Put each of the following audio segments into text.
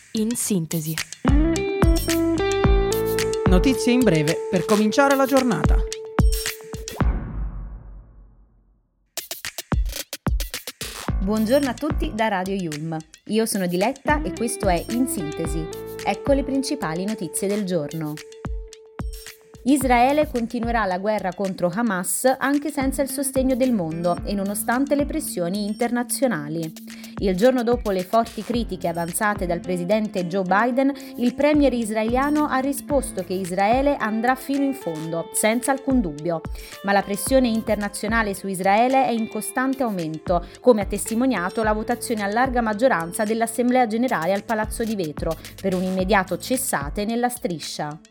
in sintesi. Notizie in breve per cominciare la giornata. Buongiorno a tutti da Radio Yulm. Io sono Diletta e questo è In Sintesi. Ecco le principali notizie del giorno. Israele continuerà la guerra contro Hamas anche senza il sostegno del mondo e nonostante le pressioni internazionali. Il giorno dopo le forti critiche avanzate dal presidente Joe Biden, il premier israeliano ha risposto che Israele andrà fino in fondo, senza alcun dubbio. Ma la pressione internazionale su Israele è in costante aumento, come ha testimoniato la votazione a larga maggioranza dell'Assemblea Generale al Palazzo di Vetro per un immediato cessate nella striscia.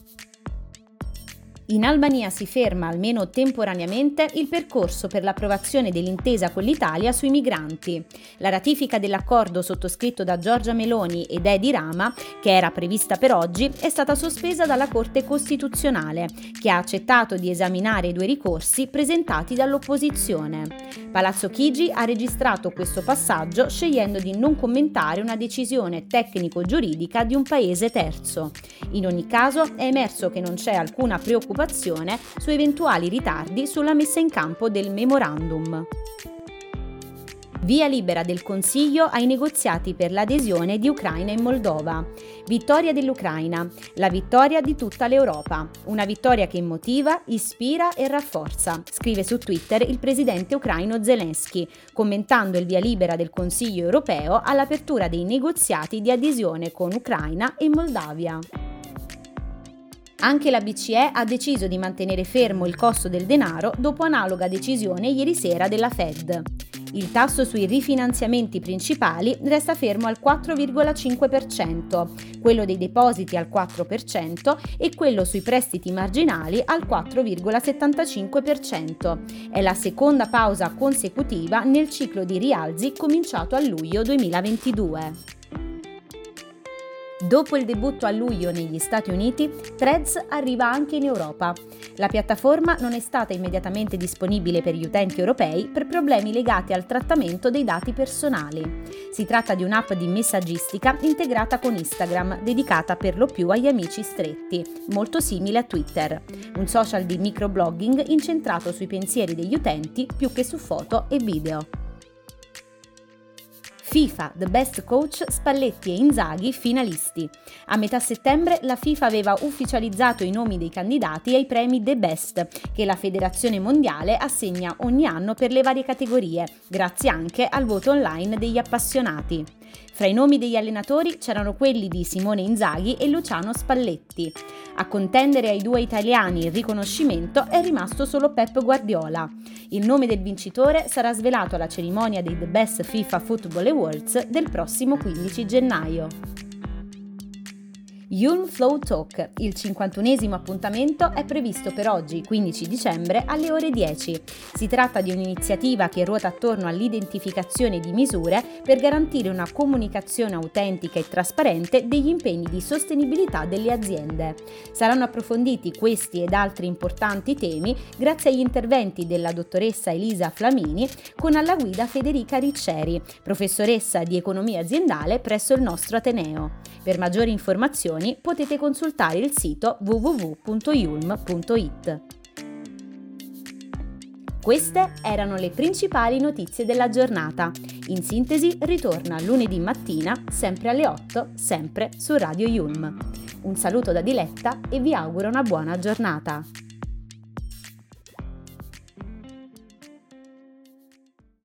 In Albania si ferma, almeno temporaneamente, il percorso per l'approvazione dell'intesa con l'Italia sui migranti. La ratifica dell'accordo sottoscritto da Giorgia Meloni ed Edi Rama, che era prevista per oggi, è stata sospesa dalla Corte Costituzionale, che ha accettato di esaminare i 2 ricorsi presentati dall'opposizione. Palazzo Chigi ha registrato questo passaggio scegliendo di non commentare una decisione tecnico-giuridica di un paese terzo. In ogni caso è emerso che non c'è alcuna preoccupazione su eventuali ritardi sulla messa in campo del memorandum. Via libera del Consiglio ai negoziati per l'adesione di Ucraina e Moldova. Vittoria dell'Ucraina, la vittoria di tutta l'Europa. Una vittoria che motiva, ispira e rafforza, scrive su Twitter il presidente ucraino Zelensky, commentando il via libera del Consiglio europeo all'apertura dei negoziati di adesione con Ucraina e Moldavia. Anche la BCE ha deciso di mantenere fermo il costo del denaro dopo analoga decisione ieri sera della Fed. Il tasso sui rifinanziamenti principali resta fermo al 4,5%, quello dei depositi al 4% e quello sui prestiti marginali al 4,75%. È la seconda pausa consecutiva nel ciclo di rialzi cominciato a luglio 2022. Dopo il debutto a luglio negli Stati Uniti, Threads arriva anche in Europa. La piattaforma non è stata immediatamente disponibile per gli utenti europei per problemi legati al trattamento dei dati personali. Si tratta di un'app di messaggistica integrata con Instagram, dedicata per lo più agli amici stretti, molto simile a Twitter, un social di microblogging incentrato sui pensieri degli utenti più che su foto e video. FIFA, The Best Coach, Spalletti e Inzaghi finalisti. A metà settembre la FIFA aveva ufficializzato i nomi dei candidati ai premi The Best, che la Federazione Mondiale assegna ogni anno per le varie categorie, grazie anche al voto online degli appassionati. Fra i nomi degli allenatori c'erano quelli di Simone Inzaghi e Luciano Spalletti. A contendere ai 2 italiani il riconoscimento è rimasto solo Pep Guardiola. Il nome del vincitore sarà svelato alla cerimonia dei The Best FIFA Football Awards del prossimo 15 gennaio. Yulm Flow Talk, il 51esimo appuntamento, è previsto per oggi, 15 dicembre, alle ore 10. Si tratta di un'iniziativa che ruota attorno all'identificazione di misure per garantire una comunicazione autentica e trasparente degli impegni di sostenibilità delle aziende. Saranno approfonditi questi ed altri importanti temi grazie agli interventi della dottoressa Elisa Flamini con alla guida Federica Ricceri, professoressa di economia aziendale presso il nostro Ateneo. Per maggiori informazioni potete consultare il sito www.yulm.it. Queste erano le principali notizie della giornata. In sintesi ritorna lunedì mattina, sempre alle 8, sempre su Radio Yulm. Un saluto da Diletta e vi auguro una buona giornata.